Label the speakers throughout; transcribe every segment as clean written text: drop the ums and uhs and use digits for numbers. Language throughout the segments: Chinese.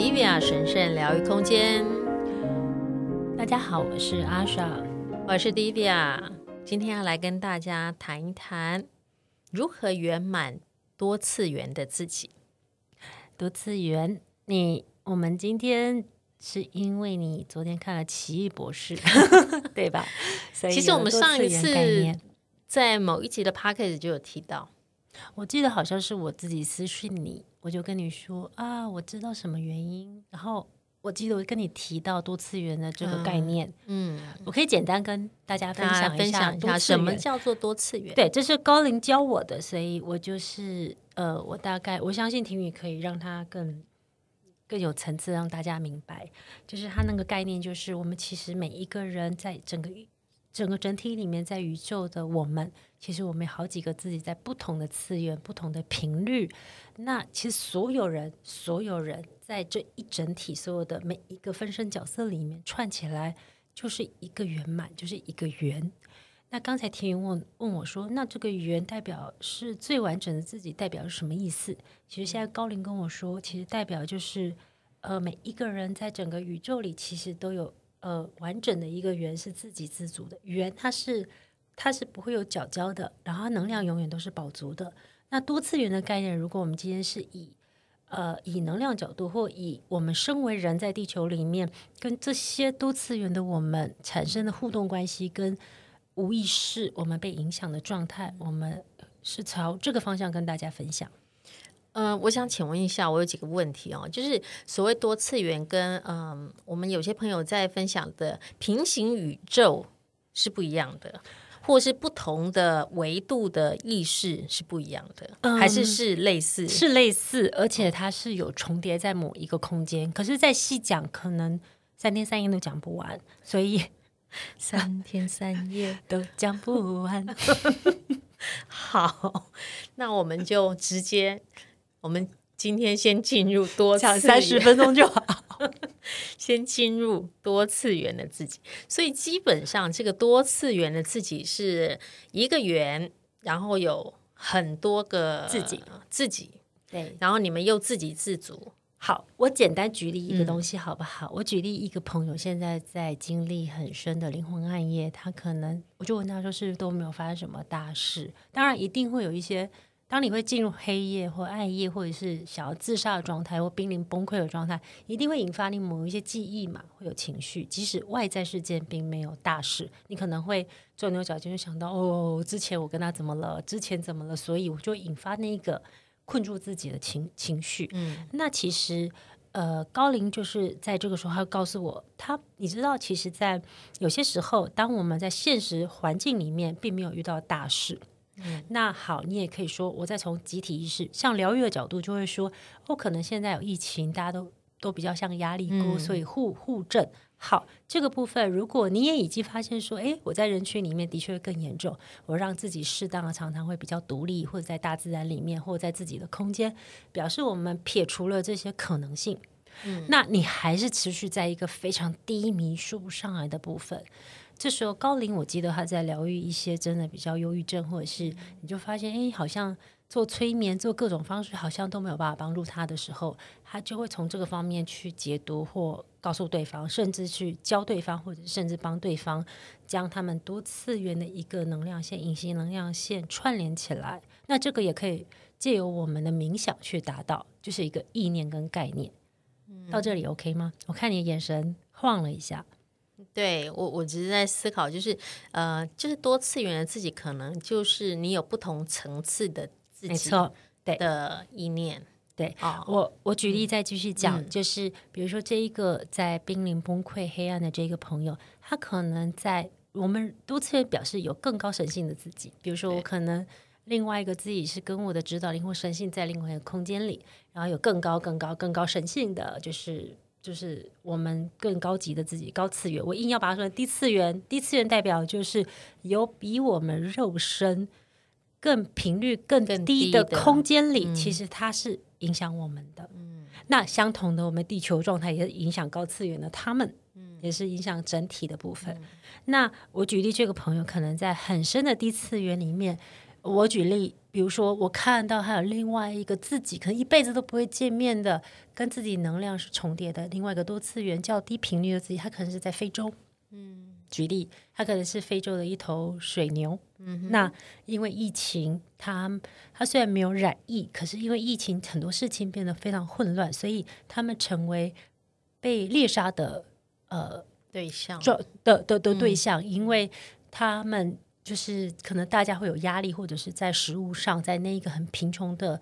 Speaker 1: Divya 神圣疗愈空间。
Speaker 2: 大家好，我是阿莎，
Speaker 1: 我是 Divya， 今天要来跟大家谈一谈如何圆满多次元的自己。
Speaker 2: 多次元，我们今天是因为你昨天看了《奇异博士》对吧？所以
Speaker 1: 其实我们上一次
Speaker 2: 概念
Speaker 1: 在某一集的 podcast 就有提到，
Speaker 2: 我记得好像是我自己私讯你，我就跟你说啊，我知道什么原因，然后我记得我跟你提到多次元的这个概念，我可以简单跟大家分享一下
Speaker 1: 什么叫做多次元。
Speaker 2: 对，这是高龄教我的，所以我就是我大概我相信婷宇可以让他更有层次，让大家明白，就是他那个概念，就是我们其实每一个人在整个整体里面，在宇宙的我们，其实我们有好几个自己在不同的次元、不同的频率。那其实所有人在这一整体所有的每一个分身角色里面串起来，就是一个圆满，就是一个圆。那刚才田云问我说，那这个圆代表是最完整的自己，代表是什么意思？其实现在高龄跟我说，其实代表就是每一个人在整个宇宙里其实都有完整的一个圆，是自给自足的圆，它是不会有角交的，然后能量永远都是饱足的。那多次元的概念，如果我们今天是以能量角度，或以我们身为人在地球里面跟这些多次元的我们产生的互动关系，跟无意识我们被影响的状态，我们是朝这个方向跟大家分享。
Speaker 1: 我想请问一下，我有几个问题哦，就是所谓多次元跟我们有些朋友在分享的平行宇宙是不一样的，或是不同的维度的意识是不一样的，还是类似？
Speaker 2: 是类似，而且它是有重叠在某一个空间，可是再细讲可能3天3夜都讲不完，所以
Speaker 1: 3天3夜
Speaker 2: 都讲不完。
Speaker 1: 好，那我们就直接，我们今天先进入多次元，
Speaker 2: 讲30分钟就好。
Speaker 1: 先进入多次元的自己。所以基本上这个多次元的自己是一个圆，然后有很多个自己，
Speaker 2: 对，
Speaker 1: 然后你们又自给自足。
Speaker 2: 好，我简单举例一个东西好不好？我举例一个朋友现在在经历很深的灵魂暗夜，他可能我就问他说是不是都没有发生什么大事，当然一定会有一些，当你会进入黑夜或暗夜，或者是想要自杀的状态或濒临崩溃的状态，一定会引发你某一些记忆嘛，会有情绪，即使外在事件并没有大事，你可能会钻牛角尖，就想到之前我跟他怎么了，之前怎么了，所以我就引发那个困住自己的情绪。那其实高龄就是在这个时候，他会告诉我，你知道，其实在有些时候，当我们在现实环境里面并没有遇到大事，那好，你也可以说，我再从集体意识，像疗愈的角度，就会说，可能现在有疫情，大家都比较像压力锅，所以互震。好，这个部分如果你也已经发现说，我在人群里面的确更严重，我让自己适当的常常会比较独立，或者在大自然里面，或者在自己的空间，表示我们撇除了这些可能性。那你还是持续在一个非常低迷说不上来的部分，这时候高龄我记得他在疗愈一些真的比较忧郁症，或者是你就发现好像做催眠做各种方式好像都没有办法帮助他的时候，他就会从这个方面去解读或告诉对方，甚至去教对方，或者甚至帮对方将他们多次元的一个能量线、隐形能量线串联起来。那这个也可以借由我们的冥想去达到，就是一个意念跟概念。到这里 OK 吗？我看你的眼神晃了一下。
Speaker 1: 对，我只是在思考，就是多次元的自己，可能就是你有不同层次的自己，
Speaker 2: 没错，对
Speaker 1: 的意念。
Speaker 2: 对，我举例再继续讲，就是比如说这一个在濒临崩溃黑暗的这个朋友，他可能在我们多次元表示有更高神性的自己，比如说我可能另外一个自己是跟我的指导灵或神性在另外一个空间里，然后有更高神性的，就是我们更高级的自己，高次元。我硬要把它说成低次元，低次元代表就是有比我们肉身更频率更低的空间里，其实它是影响我们的。那相同的，我们地球状态也是影响高次元的，他们也是影响整体的部分。那我举例，这个朋友可能在很深的低次元里面，我举例比如说我看到还有另外一个自己可能一辈子都不会见面的，跟自己能量是重叠的另外一个多次元较低频率的自己，他可能是在非洲。举例，他可能是非洲的一头水牛。那因为疫情，他虽然没有染疫，可是因为疫情很多事情变得非常混乱，所以他们成为被猎杀的
Speaker 1: 对象
Speaker 2: 对象，因为他们就是可能大家会有压力，或者是在食物上，在那一个很贫穷的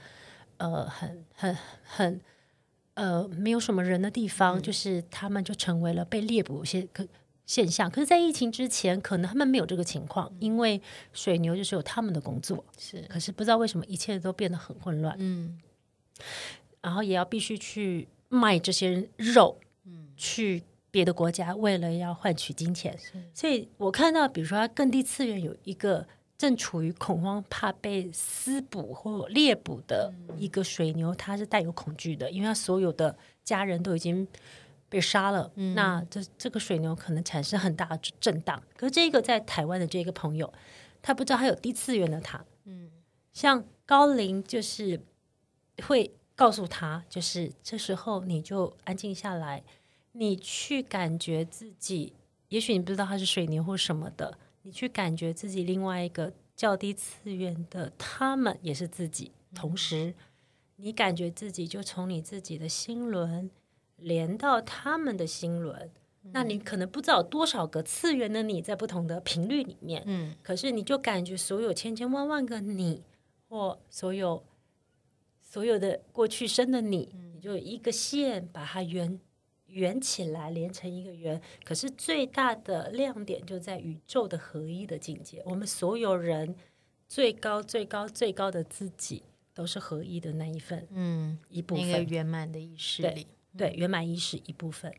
Speaker 2: 很没有什么人的地方，就是他们就成为了被猎捕现象。可是在疫情之前可能他们没有这个情况，因为水牛就是有他们的工作，可是不知道为什么一切都变得很混乱。然后也要必须去卖这些肉，去别的国家，为了要换取金钱。所以我看到比如说他更低次元有一个正处于恐慌怕被私捕或猎捕的一个水牛，它是带有恐惧的，因为他所有的家人都已经被杀了。那这个水牛可能产生很大的震荡。可是这个在台湾的这个朋友，他不知道他有低次元的他。像高龄就是会告诉他，就是这时候你就安静下来，你去感觉自己，也许你不知道他是水牛或什么的，你去感觉自己另外一个较低次元的他们也是自己，同时你感觉自己就从你自己的心轮连到他们的心轮。那你可能不知道有多少个次元的你在不同的频率里面，可是你就感觉所有千千万万个你，或所有的过去生的你，你就有一个线把它圆起来，连成一个圆。可是最大的亮点就在宇宙的合一的境界，我们所有人最高最高最高的自己都是合一的那一份，一部分，
Speaker 1: 那个圆满的意识里，
Speaker 2: 对，圆满意识一部分。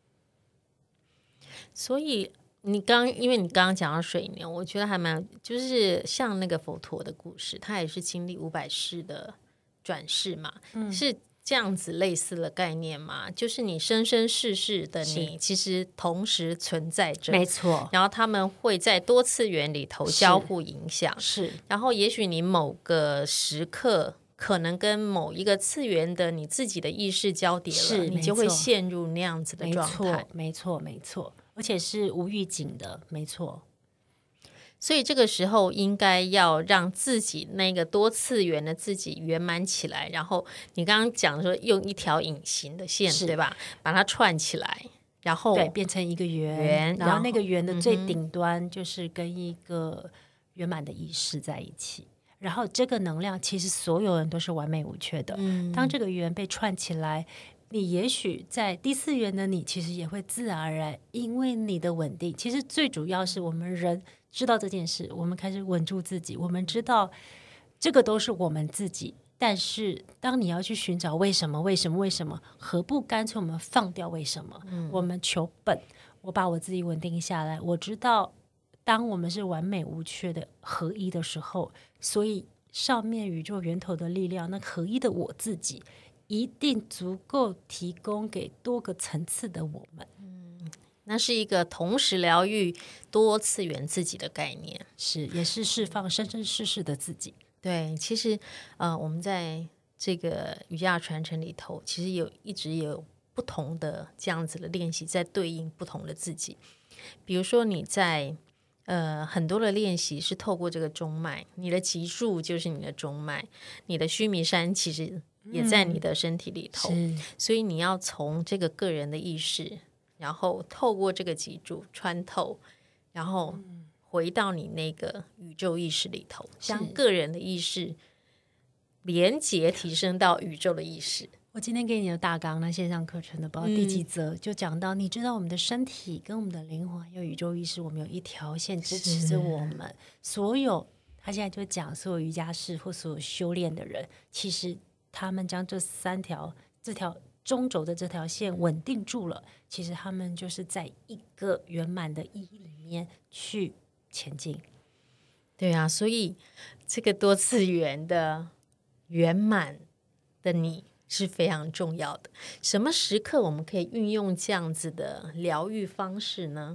Speaker 1: 所以因为你刚刚讲到水牛，我觉得还蛮就是像那个佛陀的故事，他也是经历500世的转世嘛，是这样子类似的概念嘛？就是你生生世世的你，其实同时存在着，
Speaker 2: 没错。
Speaker 1: 然后他们会在多次元里头交互影响，
Speaker 2: 是。
Speaker 1: 然后也许你某个时刻可能跟某一个次元的你自己的意识交叠了，你就会陷入那样子的状态。
Speaker 2: 没错，没错。而且是无预警的，没错。
Speaker 1: 所以这个时候应该要让自己那个多次元的自己圆满起来，然后你刚刚讲说用一条隐形的线，对吧？把它串起来，然后
Speaker 2: 对，变成一个圆，然后那个圆的最顶端就是跟一个圆满的意识在一起。然后这个能量其实所有人都是完美无缺的。当这个圆被串起来，你也许在第4元的你其实也会自然而然，因为你的稳定，其实最主要是我们人知道这件事，我们开始稳住自己，我们知道这个都是我们自己。但是当你要去寻找为什么，何不干脆我们放掉为什么，我们求本，我把我自己稳定下来。我知道当我们是完美无缺的合一的时候，所以上面宇宙源头的力量，那合一的我自己一定足够提供给多个层次的我们。
Speaker 1: 那是一个同时疗愈多次元自己的概念，
Speaker 2: 也是释放生生世世的自己。
Speaker 1: 对，其实我们在这个瑜伽传承里头，其实一直有不同的这样子的练习，在对应不同的自己。比如说你在很多的练习是透过这个中脉，你的脊柱就是你的中脉，你的须弥山其实也在你的身体里头，所以你要从这个个人的意识，然后透过这个脊柱穿透，然后回到你那个宇宙意识里头，将个人的意识连结提升到宇宙的意识。
Speaker 2: 我今天给你的大纲，那线上课程的不知道第几则，就讲到你知道我们的身体跟我们的灵魂有宇宙意识，我们有一条线支持着我们。所有他现在就讲所有瑜伽士或所有修炼的人，其实他们将这条中轴的这条线稳定住了，其实他们就是在一个圆满的意义里面去前进。
Speaker 1: 对啊，所以这个多次元的圆满的你是非常重要的。什么时刻我们可以运用这样子的疗愈方式呢？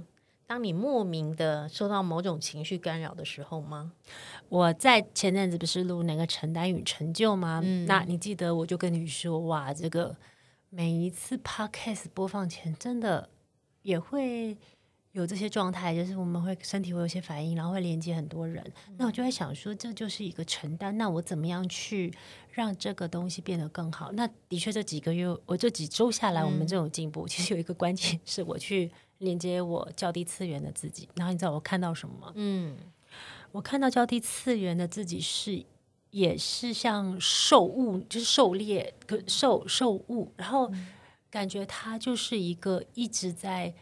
Speaker 1: 当你莫名的受到某种情绪干扰的时候吗？
Speaker 2: 我在前阵子不是录那个承担与成就吗？那你记得我就跟你说，哇，这个每一次 podcast 播放前，真的也会有这些状态，就是我们会身体会有些反应，然后会连接很多人。那我就在想说，这就是一个承担。那我怎么样去让这个东西变得更好？那的确这几个月，我这几周下来，我们这种进步，其实有一个关键是我去连接我较低次元的自己。然后你知道我看到什么吗？我看到较低次元的自己也是像兽物，就是狩猎兽物，然后感觉他就是一个一直在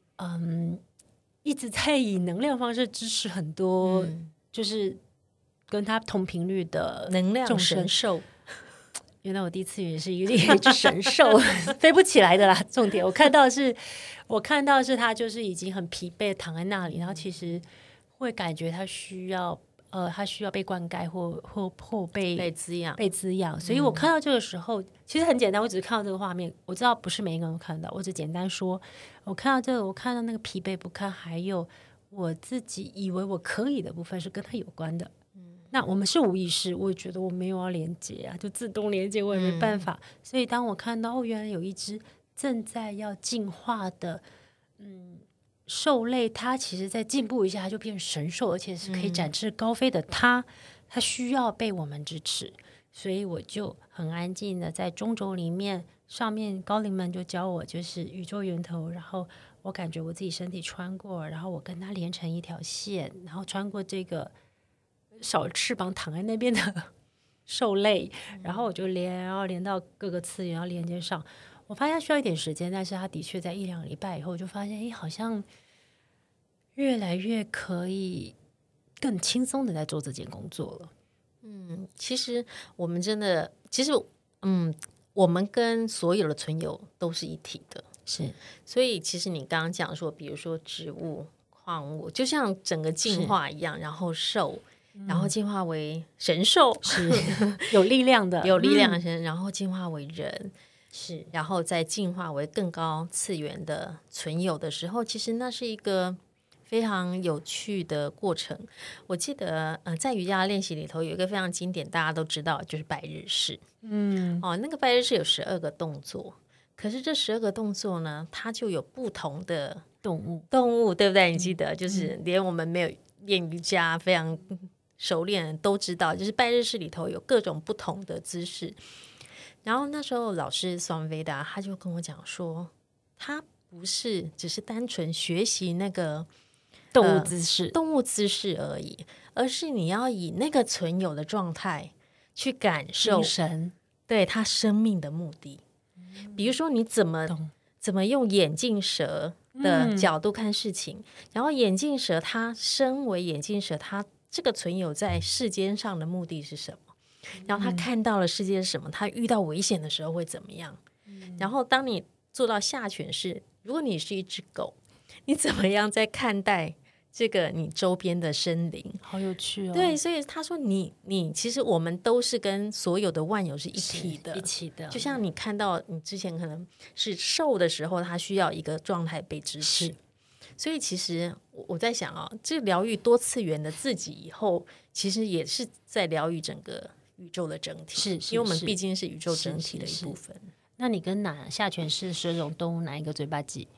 Speaker 2: 以能量方式支持很多，就是跟他同频率的
Speaker 1: 能量
Speaker 2: 众生
Speaker 1: 神兽。
Speaker 2: 原来我第一次也是一只神兽飞不起来的啦。重点我看到的是他就是已经很疲惫躺在那里，然后其实会感觉他需要被灌溉或
Speaker 1: 被滋养。
Speaker 2: 所以我看到这个时候其实很简单，我只是看到这个画面，我知道不是每一个人都看到，我只简单说我看到这个，我看到那个疲惫不堪，还有我自己以为我可以的部分是跟他有关的。那我们是无意识，我也觉得我没有要连接啊，就自动连接我也没办法。所以当我看到原来有一只正在要进化的兽类，它其实在进步一下它就变神兽，而且是可以展翅高飞的它需要被我们支持。所以我就很安静的在中轴里面，上面高龄们就教我就是宇宙源头，然后我感觉我自己身体穿过，然后我跟它连成一条线，然后穿过这个少翅膀躺在那边的兽类，然后我就然后连到各个次元，要连接上。我发现需要一点时间，但是它的确在1-2个礼拜以后，我就发现好像越来越可以更轻松的在做这件工作了。
Speaker 1: 其实我们真的，我们跟所有的存有都是一体的，
Speaker 2: 是。
Speaker 1: 所以其实你刚刚讲说，比如说植物、矿物，就像整个进化一样，然后兽，然后进化为神兽，
Speaker 2: 是有力量的，
Speaker 1: 有力量的神，然后进化为人，
Speaker 2: 是，
Speaker 1: 然后再进化为更高次元的存有的时候，其实那是一个非常有趣的过程。我记得在瑜伽练习里头有一个非常经典，大家都知道，就是拜日式。那个拜日式有12个动作，可是这12个动作呢，它就有不同的动物，对不对？你记得，就是连我们没有练瑜伽非常熟练的人都知道，就是拜日式里头有各种不同的姿势。然后那时候老师Swami Veda他就跟我讲说，他不是只是单纯学习那个动物姿势而已，而是你要以那个存有的状态去感受
Speaker 2: 神
Speaker 1: 对他生命的目的。比如说你怎么用眼镜蛇的角度看事情，然后眼镜蛇它身为眼镜蛇，它这个存有在世间上的目的是什么？然后他看到了世界是什么？他遇到危险的时候会怎么样？然后当你做到下犬式，如果你是一只狗，你怎么样在看待这个你周边的生灵？
Speaker 2: 好有趣哦！
Speaker 1: 对，所以他说你其实我们都是跟所有的万有是一体的，
Speaker 2: 一起的。
Speaker 1: 就像你看到你之前可能是瘦的时候，它需要一个状态被支持。所以其实我在想这疗愈多次元的自己以后，其实也是在疗愈整个宇宙的整体，因为我们毕竟是宇宙整体的一部分。
Speaker 2: 那你跟下犬式12种动物哪一个嘴巴挤？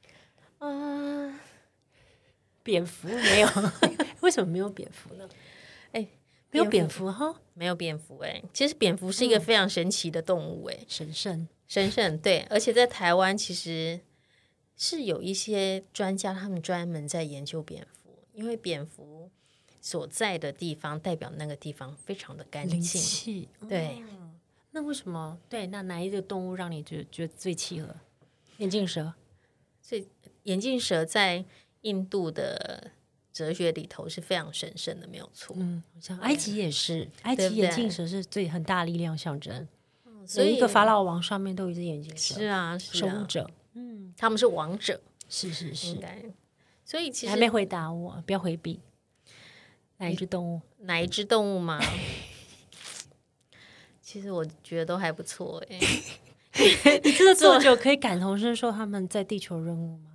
Speaker 2: 蝙蝠没有？为什么没有蝙蝠呢？没有蝙蝠哈，
Speaker 1: 没有蝙蝠其实蝙蝠是一个非常神奇的动物
Speaker 2: 神圣
Speaker 1: 对，而且在台湾其实是有一些专家他们专门在研究蝙蝠，因为蝙蝠所在的地方代表那个地方非常的干净，
Speaker 2: 灵气
Speaker 1: 对。
Speaker 2: 那为什么那哪一个动物让你觉得最契合？眼镜蛇。
Speaker 1: 所以眼镜蛇在印度的哲学里头是非常神圣的，没有错。
Speaker 2: 像埃及也是，埃及眼镜蛇是最很大力量象征，
Speaker 1: 所以
Speaker 2: 一个法老王上面都有一只眼镜蛇，
Speaker 1: 是啊，
Speaker 2: 守护者。
Speaker 1: 他们是王者，
Speaker 2: 是
Speaker 1: 应该。所以其实
Speaker 2: 还没回答我，不要回避。哪一只动物？
Speaker 1: 哪一只动物吗？其实我觉得都还不错
Speaker 2: 你这个做久可以感同身受他们在地球任务吗？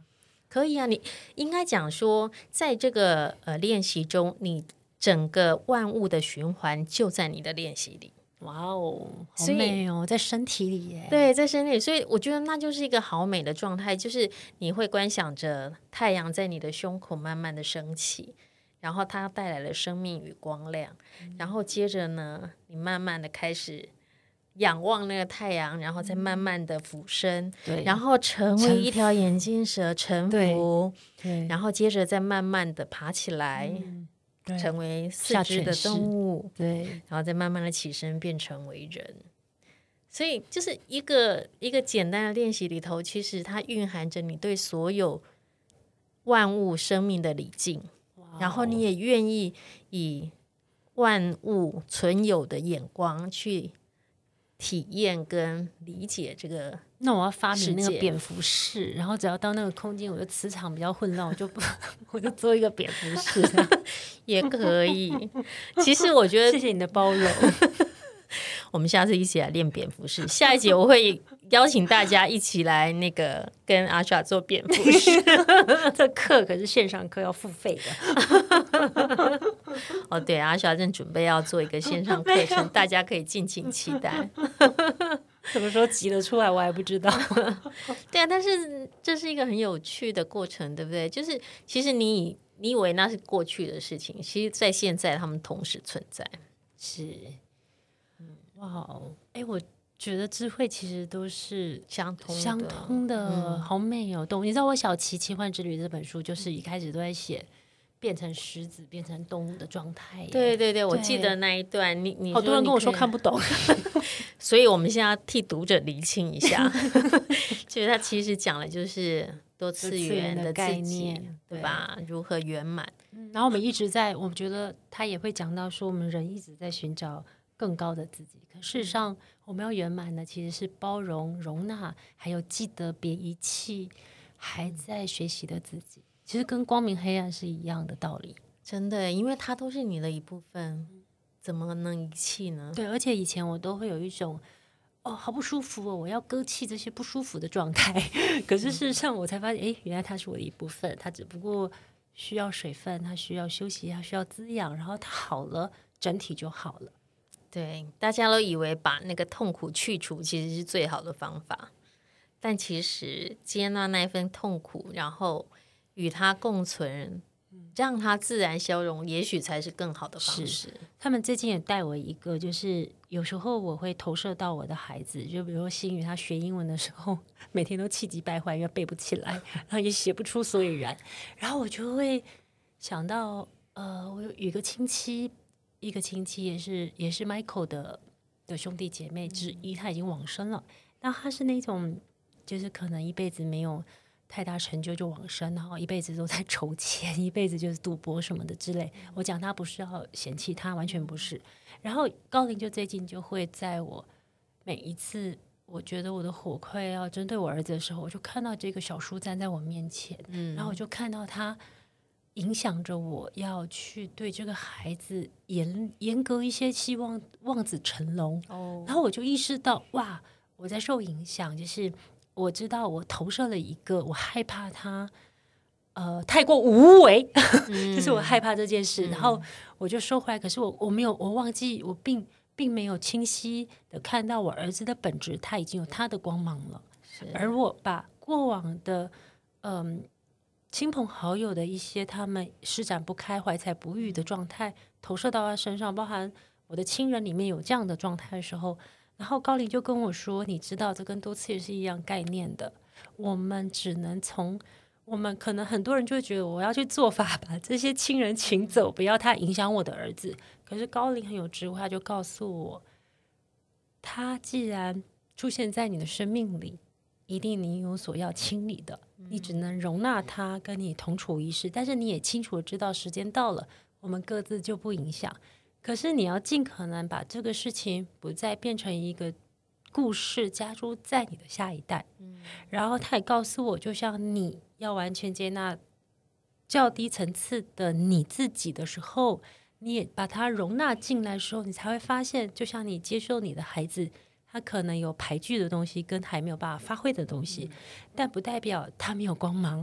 Speaker 1: 可以啊，你应该讲说，在这个练习中，你整个万物的循环就在你的练习里。
Speaker 2: 哇哦，好美哦，在身体里耶。
Speaker 1: 对，在身体里，所以我觉得那就是一个好美的状态，就是你会观想着太阳在你的胸口慢慢的升起，然后它带来了生命与光亮，然后接着呢，你慢慢的开始仰望那个太阳，然后再慢慢的俯身，
Speaker 2: 对，
Speaker 1: 然后成为一条眼镜蛇沉浮，
Speaker 2: 对，
Speaker 1: 然后接着再慢慢的爬起来，成为四肢的动物，
Speaker 2: 对，
Speaker 1: 然后再慢慢的起身变成为人。所以就是一个简单的练习里头，其实它蕴含着你对所有万物生命的礼敬，然后你也愿意以万物存有的眼光去体验跟理解这个。
Speaker 2: 那我要发明那个蝙蝠式，然后只要到那个空间，我的磁场比较混乱，我就做一个蝙蝠式
Speaker 1: 也可以。其实我觉得，
Speaker 2: 谢谢你的包容。
Speaker 1: 我们下次一起来练蝙蝠式。下一节我会邀请大家一起来那个跟阿莎做蝙蝠式。
Speaker 2: 这课可是线上课，要付费的。
Speaker 1: 哦，对，阿莎正准备要做一个线上课程，大家可以敬请期待。
Speaker 2: 什么时候挤得出来我还不知道。
Speaker 1: 对啊，但是这是一个很有趣的过程，对不对？就是其实你以为那是过去的事情，其实在现在他们同时存在。
Speaker 2: 是，哇哦，哎，我觉得智慧其实都是
Speaker 1: 相
Speaker 2: 通的，好美哦！你知道我小琪奇幻之旅这本书，就是一开始都在写变成狮子、变成动物的状态。
Speaker 1: 对对对，我记得那一段，你
Speaker 2: 好多人跟我说看不懂，
Speaker 1: 所以我们现在要替读者厘清一下，就是他其实讲的就是多次元的
Speaker 2: 概念，
Speaker 1: 对吧？如何圆满？
Speaker 2: 然后我们一直在，我觉得他也会讲到说，我们人一直在寻找更高的自己，可事实上我们要圆满的其实是包容、容纳，还有记得别遗弃还在学习的自己。其实跟光明黑暗是一样的道理，
Speaker 1: 真的，因为它都是你的一部分，怎么能遗弃呢？
Speaker 2: 对，而且以前我都会有一种好不舒服哦，我要割弃这些不舒服的状态。可是事实上我才发现，原来它是我的一部分，它只不过需要水分，它需要休息，它需要滋养，然后它好了，整体就好了。
Speaker 1: 对，大家都以为把那个痛苦去除其实是最好的方法，但其实接纳那份痛苦，然后与它共存，让它自然消融，也许才是更好的方式。
Speaker 2: 他们最近也带我一个，就是有时候我会投射到我的孩子，就比如说新宇他学英文的时候，每天都气急败坏，因为背不起来，然后也写不出所以然，然后我就会想到，我有一个亲戚也是 Michael 的兄弟姐妹之一，他已经往生了。那他是那种就是可能一辈子没有太大成就就往生，然后一辈子都在筹钱，一辈子就是赌博什么的之类。我讲他不是要嫌弃他，完全不是。然后高龄就最近就会在我每一次我觉得我的火快要针对我儿子的时候，我就看到这个小叔站在我面前，然后我就看到他影响着我要去对这个孩子严格一些，希望望子成龙。然后我就意识到，哇，我在受影响，就是我知道我投射了一个，我害怕他太过无为，就是我害怕这件事，然后我就收回来。可是我没有，我忘记我并没有清晰的看到我儿子的本质，他已经有他的光芒了，而我把过往的亲朋好友的一些他们施展不开、怀才不遇的状态投射到他身上，包含我的亲人里面有这样的状态的时候，然后高龄就跟我说，你知道这跟多次也是一样概念的，我们只能我们可能很多人就会觉得我要去做法把这些亲人请走，不要他影响我的儿子。可是高龄很有智慧，他就告诉我，他既然出现在你的生命里，一定你有所要清理的，你只能容纳他跟你同处一室，但是你也清楚的知道时间到了，我们各自就不影响。可是你要尽可能把这个事情不再变成一个故事加诸在你的下一代。然后他也告诉我，就像你要完全接纳较低层次的你自己的时候，你也把它容纳进来的时候，你才会发现，就像你接受你的孩子，他可能有排拒的东西跟还没有办法发挥的东西，但不代表他没有光芒，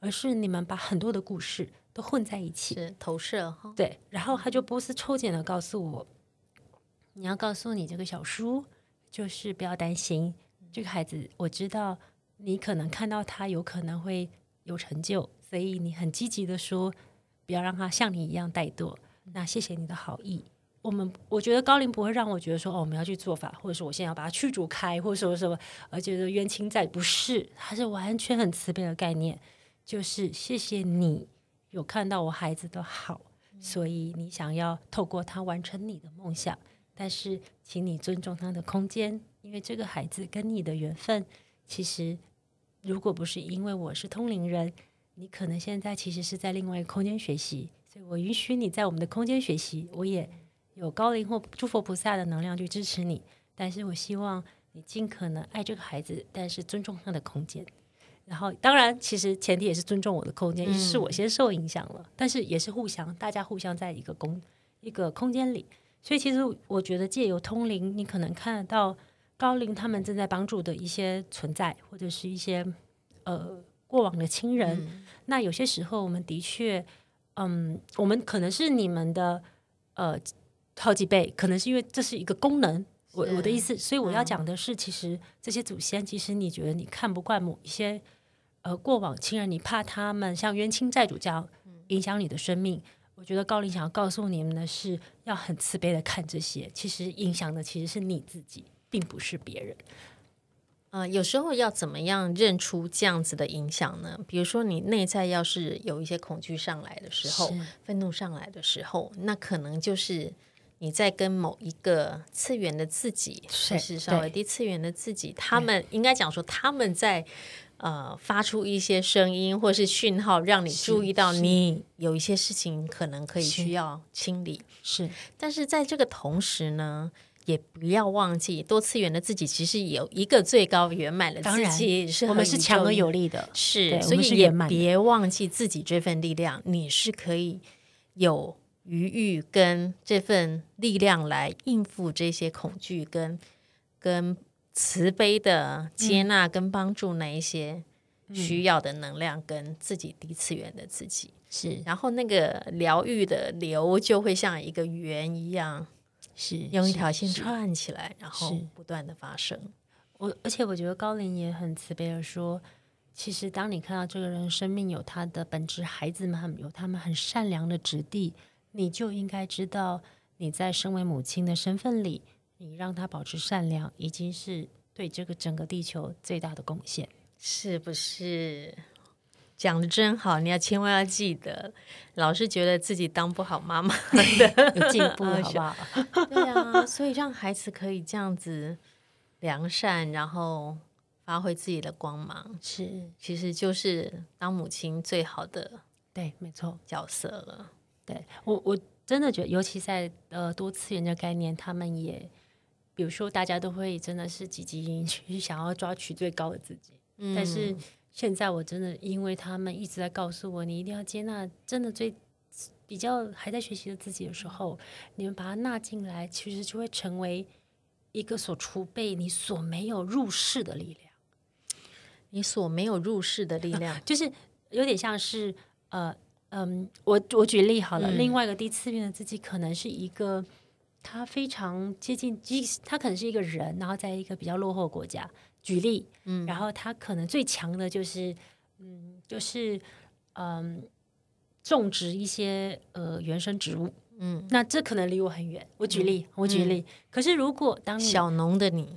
Speaker 2: 而是你们把很多的故事都混在一起，
Speaker 1: 是投射哈。
Speaker 2: 对，然后他就波斯抽检的告诉我，你要告诉你这个小叔，就是不要担心这个孩子，我知道你可能看到他有可能会有成就，所以你很积极的说不要让他像你一样怠惰，那谢谢你的好意。我觉得高龄不会让我觉得说我们要去做法，或者说我现在要把它驱逐开，或者说什么觉得冤亲债，不是，它是完全很慈悲的概念，就是谢谢你有看到我孩子的好，所以你想要透过他完成你的梦想，但是请你尊重他的空间，因为这个孩子跟你的缘分，其实如果不是因为我是通灵人，你可能现在其实是在另外一个空间学习，所以我允许你在我们的空间学习，我也有高龄或诸佛菩萨的能量去支持你，但是我希望你尽可能爱这个孩子，但是尊重他的空间。然后当然其实前提也是尊重我的空间，是我先受影响了，但是也是大家互相在一个空间里。所以其实我觉得借由通灵，你可能看得到高龄他们正在帮助的一些存在，或者是一些过往的亲人。那有些时候我们的确我们可能是你们的好几倍，可能是因为这是一个功能，我的意思，所以我要讲的是，其实这些祖先，其实你觉得你看不惯某一些过往亲人，你怕他们像冤亲债主这样影响你的生命，我觉得高龄想要告诉你们的是，要很慈悲的看这些，其实影响的其实是你自己，并不是别人。
Speaker 1: 有时候要怎么样认出这样子的影响呢？比如说你内在要是有一些恐惧上来的时候，愤怒上来的时候，那可能就是你在跟某一个次元的自己，或是稍微低次元的自己，他们应该讲说他们在发出一些声音或是讯号，让你注意到你有一些事情可能可以需要清理。
Speaker 2: 是，
Speaker 1: 但是在这个同时呢，也不要忘记多次元的自己其实有一个最高圆满的自己，是
Speaker 2: 我们是强而有力的，
Speaker 1: 是，所以也别忘记自己这份力量，你是可以有余裕跟这份力量来应付这些恐惧跟慈悲的接纳跟帮助那一些需要的能量跟自己低次元的自己。
Speaker 2: 是，
Speaker 1: 然后那个疗愈的流就会像一个圆一样，
Speaker 2: 是
Speaker 1: 用一条线串起来，然后不断的发生。
Speaker 2: 而且我觉得高龄也很慈悲的说，其实当你看到这个人生命有他的本质，孩子们有他们很善良的质地，你就应该知道你在身为母亲的身份里，你让他保持善良已经是对这个整个地球最大的贡献，是
Speaker 1: 不是？讲的真好，你千万要记得，老是觉得自己当不好妈妈的
Speaker 2: 有进步好不好？
Speaker 1: 对啊，所以让孩子可以这样子良善，然后发挥自己的光芒，其实就是当母亲最好的
Speaker 2: 对，没错
Speaker 1: 角色了。
Speaker 2: 对，我真的觉得，尤其在多次元的概念，他们也比如说大家都会真的是积极营去想要抓取最高的自己，但是现在我真的因为他们一直在告诉我，你一定要接纳真的比较还在学习的自己的时候，你们把它纳进来，其实就会成为一个所储备你所没有入世的力量。
Speaker 1: 你所没有入世的力量，
Speaker 2: 就是有点像是我举例好了，另外一个低次元的自己可能是一个他非常接近，他可能是一个人，然后在一个比较落后的国家。举例，然后他可能最强的就是种植一些原生植物，那这可能离我很远。我举例，可是如果当你
Speaker 1: 小农的你，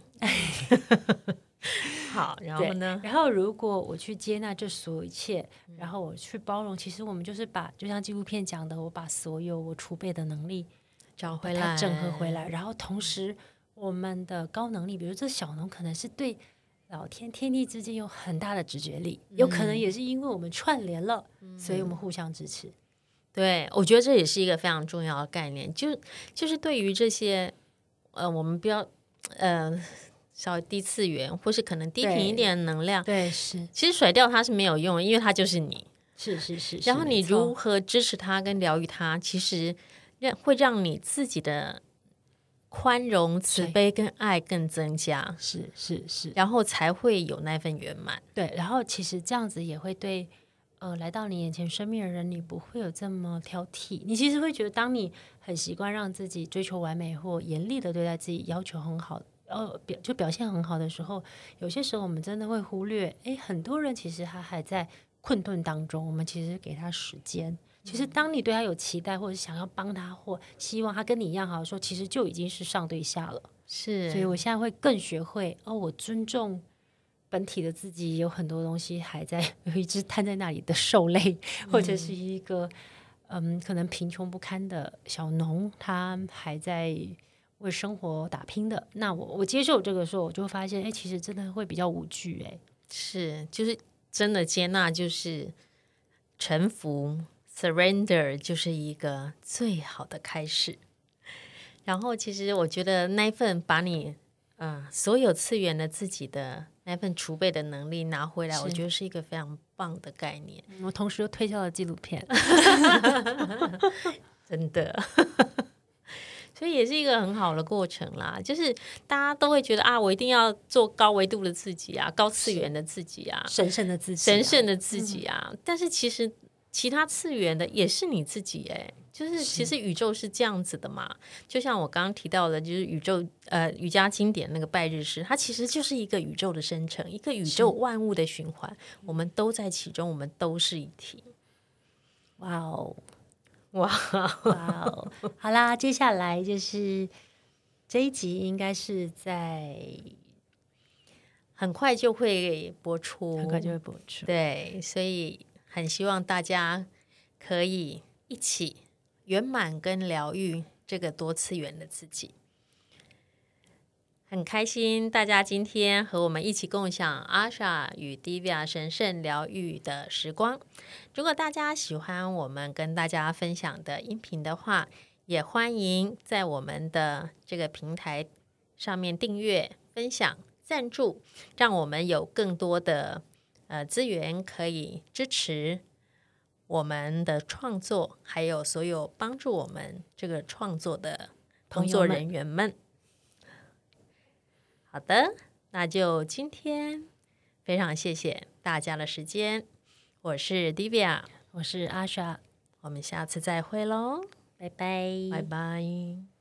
Speaker 1: 好，然后呢？
Speaker 2: 然后如果我去接纳这所有一切，然后我去包容，其实我们就是就像纪录片讲的，我把所有我储备的能力
Speaker 1: 找回来，
Speaker 2: 整合回来，然后同时我们的高能力，比如这小农可能是对老天地之间有很大的直觉力，有可能也是因为我们串联了，所以我们互相支持。
Speaker 1: 对，我觉得这也是一个非常重要的概念，就是对于这些我们不要稍微低次元或是可能低频一点的能量，
Speaker 2: 对，是，
Speaker 1: 其实甩掉它是没有用的，因为它就是你，
Speaker 2: 是，
Speaker 1: 然后你如何支持它跟疗愈它，其实会让你自己的宽容、慈悲跟爱更增加，
Speaker 2: 是，
Speaker 1: 然后才会有那份圆满。
Speaker 2: 对，然后其实这样子也会对来到你眼前生命的人，你不会有这么挑剔。你其实会觉得，当你很习惯让自己追求完美或严厉的对待自己，要求很好，表现很好的时候，有些时候我们真的会忽略，很多人其实他还在困顿当中，我们其实给他时间。其实当你对他有期待，或者想要帮他，或希望他跟你一样好的时候，其实就已经是上对下了。
Speaker 1: 是，
Speaker 2: 所以我现在会更学会我尊重本体的自己，有很多东西还在，有一只瘫在那里的兽类，或者是一个可能贫穷不堪的小农，他还在为生活打拼的。那我接受这个时候，我就会发现，其实真的会比较无惧。
Speaker 1: 是，就是真的接纳，就是臣服 surrender 就是一个最好的开始。然后其实我觉得那份把你所有次元的自己的那份储备的能力拿回来，我觉得是一个非常棒的概念。
Speaker 2: 我同时又推销了纪录片
Speaker 1: 真的所以也是一个很好的过程啦，就是大家都会觉得我一定要做高维度的自己啊，高次元的自己啊，
Speaker 2: 神圣的自己
Speaker 1: 神圣的自己啊，但是其实其他次元的也是你自己就是其实宇宙是这样子的嘛，就像我刚刚提到的，就是宇宙瑜伽经典那个拜日式，它其实就是一个宇宙的生成，一个宇宙万物的循环，我们都在其中，我们都是一体。
Speaker 2: 哇哦
Speaker 1: 哇
Speaker 2: 哦！好啦，接下来就是这一集应该是在
Speaker 1: 很快就会播出，
Speaker 2: 很快就会播出。
Speaker 1: 对，所以很希望大家可以一起圆满跟疗愈这个多次元的自己。很开心大家今天和我们一起共享 Asha 与 Divya 神圣疗愈的时光。如果大家喜欢我们跟大家分享的音频的话，也欢迎在我们的这个平台上面订阅、分享、赞助，让我们有更多的资源可以支持我们的创作，还有所有帮助我们这个创作的工作人员们。好的，那就今天非常谢谢大家的时间，我是 Divya，
Speaker 2: 我是 Asha，
Speaker 1: 我们下次再会咯，
Speaker 2: 拜拜，
Speaker 1: 拜拜。